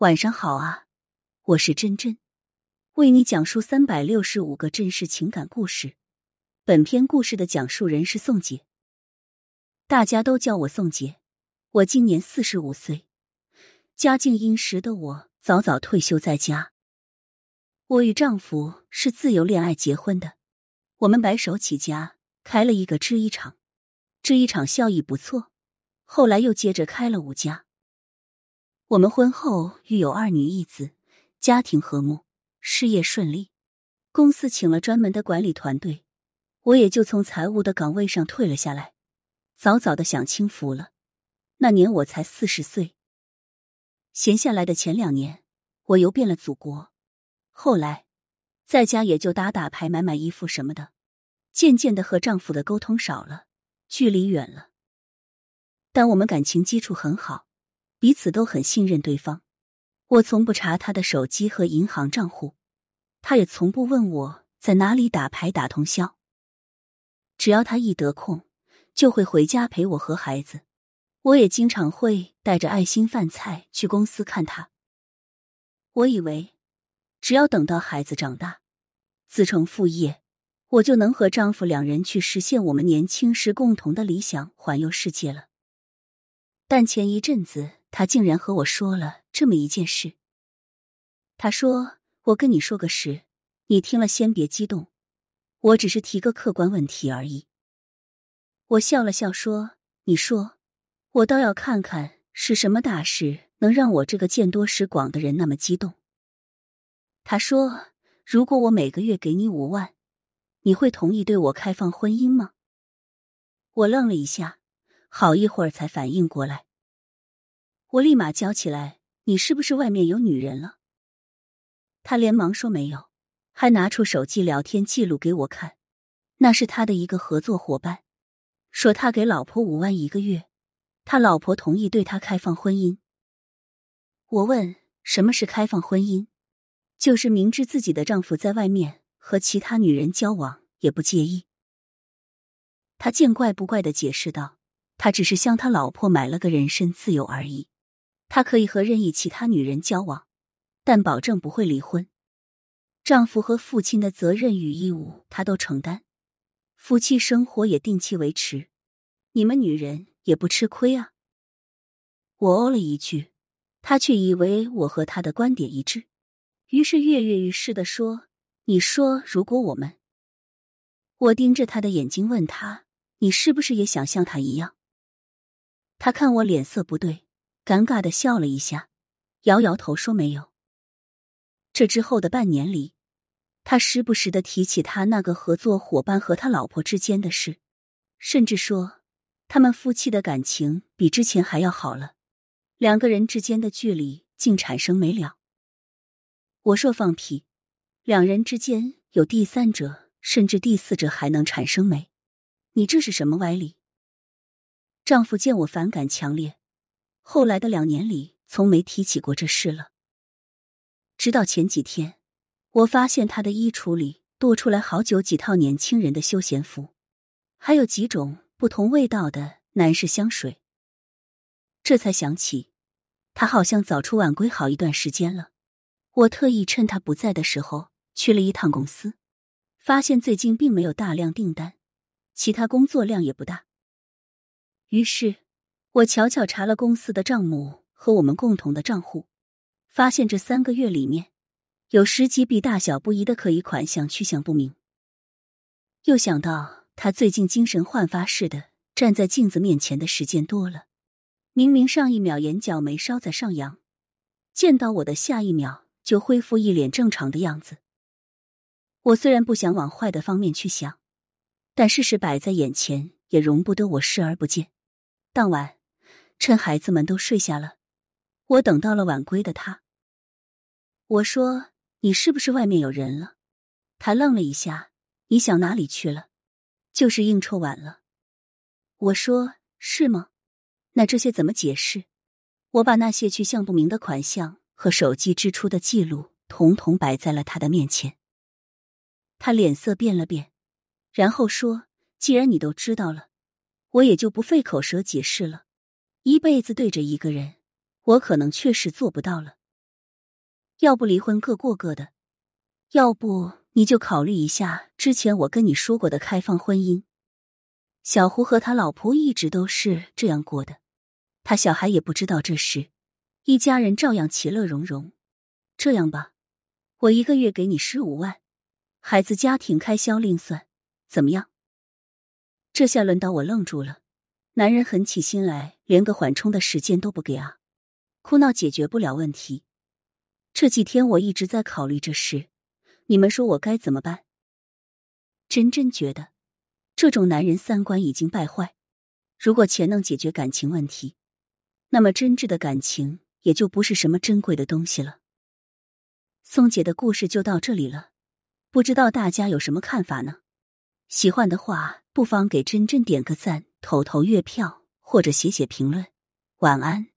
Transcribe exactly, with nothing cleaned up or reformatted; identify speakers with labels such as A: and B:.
A: 晚上好啊，我是真真，为你讲述三百六十五个真实情感故事。本篇故事的讲述人是宋姐，大家都叫我宋姐。我今年四十五岁，家境殷实的我早早退休在家。我与丈夫是自由恋爱结婚的，我们白手起家，开了一个制衣厂，制衣厂效益不错，后来又接着开了五家。我们婚后育有二女一子，家庭和睦，事业顺利。公司请了专门的管理团队，我也就从财务的岗位上退了下来，早早的享清福了。那年我才四十岁。闲下来的前两年，我游遍了祖国。后来，在家也就打打牌、买买衣服什么的。渐渐的和丈夫的沟通少了，距离远了。但我们感情基础很好，彼此都很信任对方。我从不查他的手机和银行账户，他也从不问我在哪里打牌打通宵。只要他一得空，就会回家陪我和孩子。我也经常会带着爱心饭菜去公司看他。我以为，只要等到孩子长大，自成父业，我就能和丈夫两人去实现我们年轻时共同的理想，环游世界了。但前一阵子，他竟然和我说了这么一件事。他说，我跟你说个实，你听了先别激动，我只是提个客观问题而已。我笑了笑说，你说，我倒要看看是什么大事能让我这个见多识广的人那么激动。他说，如果我每个月给你五万，你会同意对我开放婚姻吗？我愣了一下，好一会儿才反应过来。我立马叫起来，你是不是外面有女人了？他连忙说没有，还拿出手机聊天记录给我看，那是他的一个合作伙伴，说他给老婆五万一个月，他老婆同意对他开放婚姻。我问，什么是开放婚姻？就是明知自己的丈夫在外面和其他女人交往，也不介意。他见怪不怪地解释道，他只是向他老婆买了个人身自由而已。他可以和任意其他女人交往，但保证不会离婚。丈夫和父亲的责任与义务他都承担，夫妻生活也定期维持。你们女人也不吃亏啊。我哦了一句，他却以为我和他的观点一致，于是跃跃欲试地说，你说如果我们……我盯着他的眼睛问他，你是不是也想像他一样？他看我脸色不对，尴尬地笑了一下，摇摇头说没有。这之后的半年里，他时不时地提起他那个合作伙伴和他老婆之间的事，甚至说他们夫妻的感情比之前还要好了，两个人之间的距离竟产生没了。我说放屁，两人之间有第三者，甚至第四者还能产生美？你这是什么歪理？丈夫见我反感强烈，后来的两年里从没提起过这事了。直到前几天，我发现他的衣橱里多出来好久几套年轻人的休闲服，还有几种不同味道的男士香水。这才想起，他好像早出晚归好一段时间了。我特意趁他不在的时候去了一趟公司，发现最近并没有大量订单，其他工作量也不大。于是，我悄悄查了公司的账目和我们共同的账户，发现这三个月里面，有十几笔大小不一的可疑款项去向不明。又想到他最近精神焕发似的站在镜子面前的时间多了，明明上一秒眼角眉梢在上扬，见到我的下一秒就恢复一脸正常的样子。我虽然不想往坏的方面去想，但事实摆在眼前，也容不得我视而不见。当晚，趁孩子们都睡下了，我等到了晚归的他。我说，你是不是外面有人了？他愣了一下，你想哪里去了？就是应酬晚了。我说，是吗？那这些怎么解释？我把那些去向不明的款项和手机支出的记录统统摆在了他的面前。他脸色变了变，然后说，既然你都知道了，我也就不费口舌解释了。一辈子对着一个人，我可能确实做不到了， 要不离婚各过各的，要不你就考虑一下之前我跟你说过的开放婚姻。小胡和他老婆一直都是这样过的，他小孩也不知道这事，一家人照样其乐融融。这样吧，我一个月给你十五万，孩子家庭开销另算，怎么样？这下轮到我愣住了，男人狠起心来，连个缓冲的时间都不给啊！哭闹解决不了问题。这几天我一直在考虑这事，你们说我该怎么办？真真觉得这种男人三观已经败坏，如果钱能解决感情问题，那么真挚的感情也就不是什么珍贵的东西了。宋姐的故事就到这里了，不知道大家有什么看法呢？喜欢的话不妨给真真点个赞，投投月票或者写写评论。晚安。